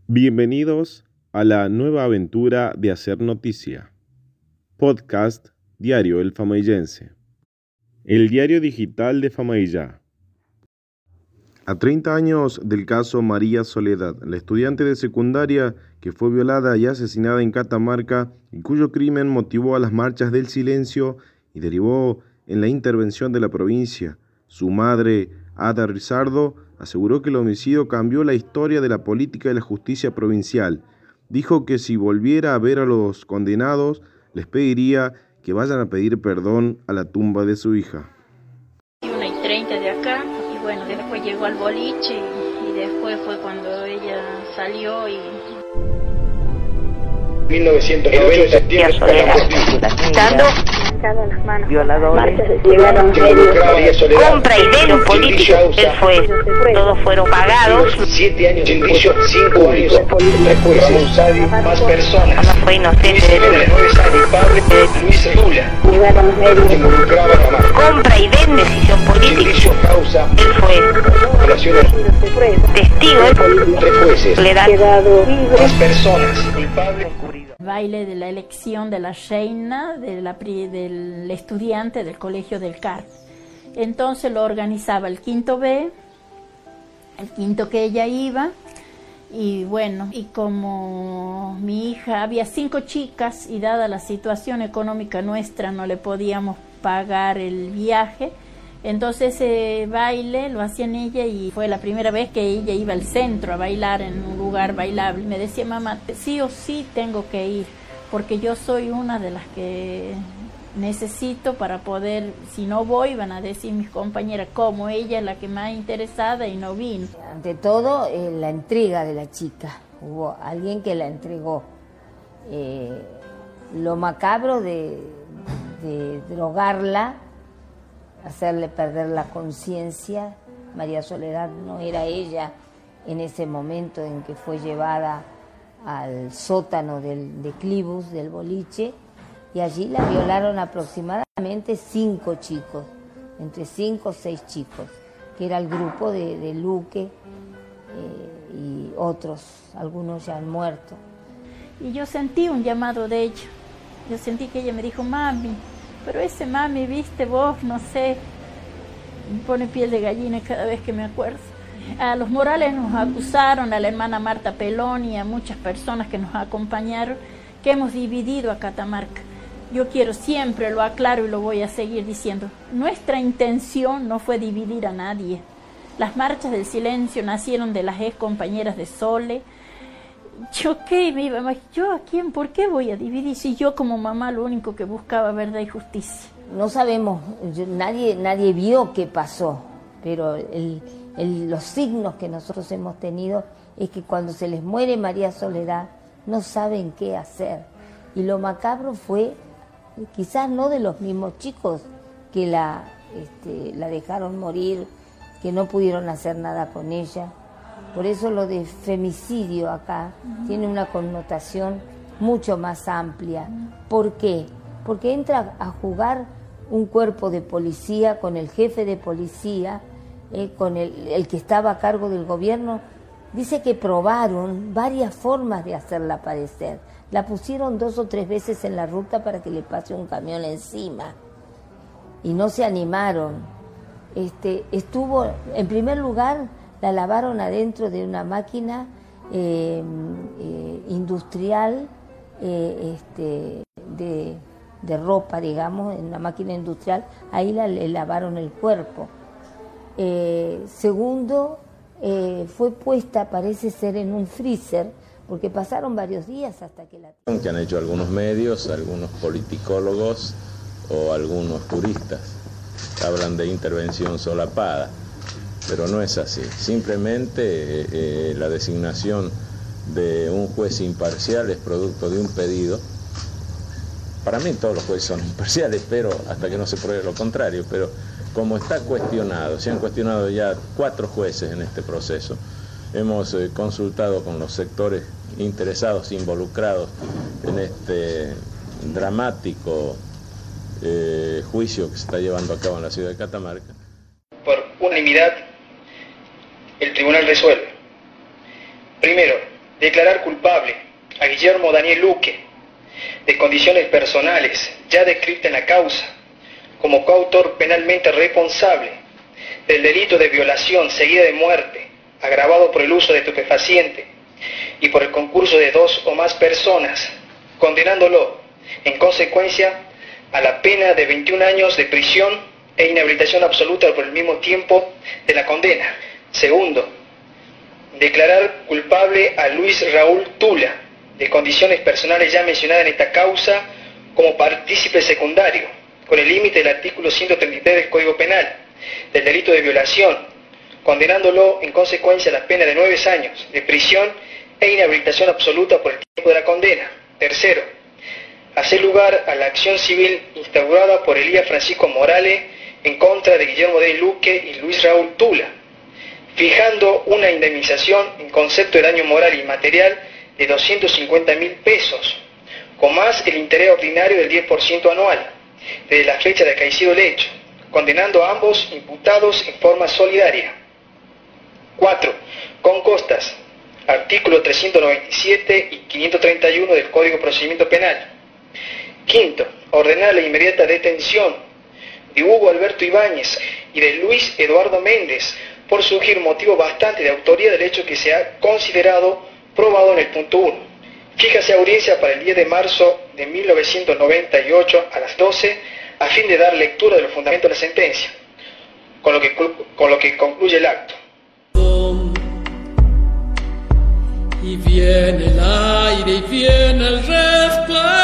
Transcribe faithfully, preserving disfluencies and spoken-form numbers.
Bienvenidos a la nueva aventura de Hacer Noticia. Podcast Diario El Famaillense. El diario digital de Famaillá. A treinta años del caso María Soledad, la estudiante de secundaria que fue violada y asesinada en Catamarca y cuyo crimen motivó a las marchas del silencio y derivó en la intervención de la provincia, su madre, Ada Rizardo, aseguró que el homicidio cambió la historia de la política y la justicia provincial. Dijo que si volviera a ver a los condenados, les pediría que vayan a pedir perdón a la tumba de su hija. Una y treinta de acá, y bueno, después llegó al boliche, y, y después fue cuando ella salió y... mil novecientos noventa, septiembre, Dando las manos. violadores, compra y venta un político, él fue, todos fueron pagados, siete años sin juicio, cinco años, tres jueces, más personas, jamás fue inocente, Luis Lula, que involucraba a Marta. compra y venta decisión política, Causa, él fue operaciones, testigo, tres jueces, le da más personas, culpable, Baile de la elección de la reina de la, del estudiante del Colegio del Carmen. Entonces lo organizaba el quinto B, el quinto que ella iba, y bueno, y como mi hija, había cinco chicas y dada la situación económica nuestra no le podíamos pagar el viaje, entonces ese baile lo hacían ella y fue la primera vez que ella iba al centro a bailar en un lugar bailable. Me decía, mamá, sí o sí tengo que ir, porque yo soy una de las que necesito para poder, si no voy, van a decir mis compañeras, como ella es la que más interesada y no vino. Ante todo, eh, la entrega de la chica. Hubo alguien que la entregó. Eh, lo macabro de, de drogarla, hacerle perder la conciencia. María Soledad no era ella en ese momento en que fue llevada al sótano del, de Clibus, del boliche, y allí la violaron aproximadamente cinco chicos, entre cinco o seis chicos, que era el grupo de, de Luque eh, y otros, algunos ya han muerto. Y yo sentí un llamado de ella, yo sentí que ella me dijo, mami, pero ese mami, viste vos, no sé, me pone piel de gallina cada vez que me acuerdo. A los Morales nos acusaron, a la hermana Marta Pelón y a muchas personas que nos acompañaron, que hemos dividido a Catamarca. Yo quiero, siempre lo aclaro y lo voy a seguir diciendo, nuestra intención no fue dividir a nadie. Las marchas del silencio nacieron de las ex compañeras de Sole. Yo qué me iba a yo a quién, ¿por qué voy a dividir? Si yo como mamá lo único que buscaba verdad y justicia. No sabemos, yo, nadie, nadie vio qué pasó, pero el, el, los signos que nosotros hemos tenido es que cuando se les muere María Soledad no saben qué hacer. Y lo macabro fue, quizás no de los mismos chicos que la, este, la dejaron morir, que no pudieron hacer nada con ella. Por eso lo de femicidio acá uh-huh. tiene una connotación mucho más amplia. ¿Por qué? Porque entra a jugar un cuerpo de policía con el jefe de policía, eh, con el, el que estaba a cargo del gobierno. Dice que probaron varias formas de hacerla aparecer. La pusieron dos o tres veces en la ruta para que le pase un camión encima. Y no se animaron. Este, estuvo, en primer lugar, la lavaron adentro de una máquina eh, eh, industrial eh, este, de, de ropa, digamos, en una máquina industrial, ahí la, le lavaron el cuerpo. Eh, segundo, eh, fue puesta, parece ser, en un freezer, porque pasaron varios días hasta que la... que han hecho algunos medios, algunos politicólogos o algunos turistas, hablan de intervención solapada. Pero no es así, simplemente eh, eh, la designación de un juez imparcial es producto de un pedido. Para mí todos los jueces son imparciales, pero hasta que no se pruebe lo contrario, pero como está cuestionado, se han cuestionado ya cuatro jueces en este proceso, hemos eh, consultado con los sectores interesados, involucrados en este dramático eh, juicio que se está llevando a cabo en la ciudad de Catamarca. Por unanimidad, el tribunal resuelve. Primero, Declarar culpable a Guillermo Daniel Luque, de condiciones personales ya descritas en la causa, como coautor penalmente responsable del delito de violación seguida de muerte, agravado por el uso de estupefaciente y por el concurso de dos o más personas, condenándolo, en consecuencia, a la pena de veintiún años de prisión e inhabilitación absoluta por el mismo tiempo de la condena. Segundo, declarar culpable a Luis Raúl Tula, de condiciones personales ya mencionadas en esta causa, como partícipe secundario, con el límite del artículo ciento treinta y tres del Código Penal, del delito de violación, condenándolo en consecuencia a la pena de nueve años de prisión e inhabilitación absoluta por el tiempo de la condena. Tercero, hacer lugar a la acción civil instaurada por Elías Francisco Morales en contra de Guillermo Daniel Luque y Luis Raúl Tula, fijando una indemnización en concepto de daño moral y material de doscientos cincuenta mil pesos, con más el interés ordinario del diez por ciento anual, desde la fecha de acaecido el hecho, condenando a ambos imputados en forma solidaria. Cuatro, con costas, artículos trescientos noventa y siete y quinientos treinta y uno del Código de Procedimiento Penal. Quinto, ordenar la inmediata detención de Hugo Alberto Ibáñez y de Luis Eduardo Méndez por surgir motivo bastante de autoría del hecho que se ha considerado probado en el punto uno. Fíjase audiencia para el diez de marzo de mil novecientos noventa y ocho a las doce a fin de dar lectura de los fundamentos de la sentencia, con lo que, con lo que concluye el acto. Y viene el aire y viene el resplandor.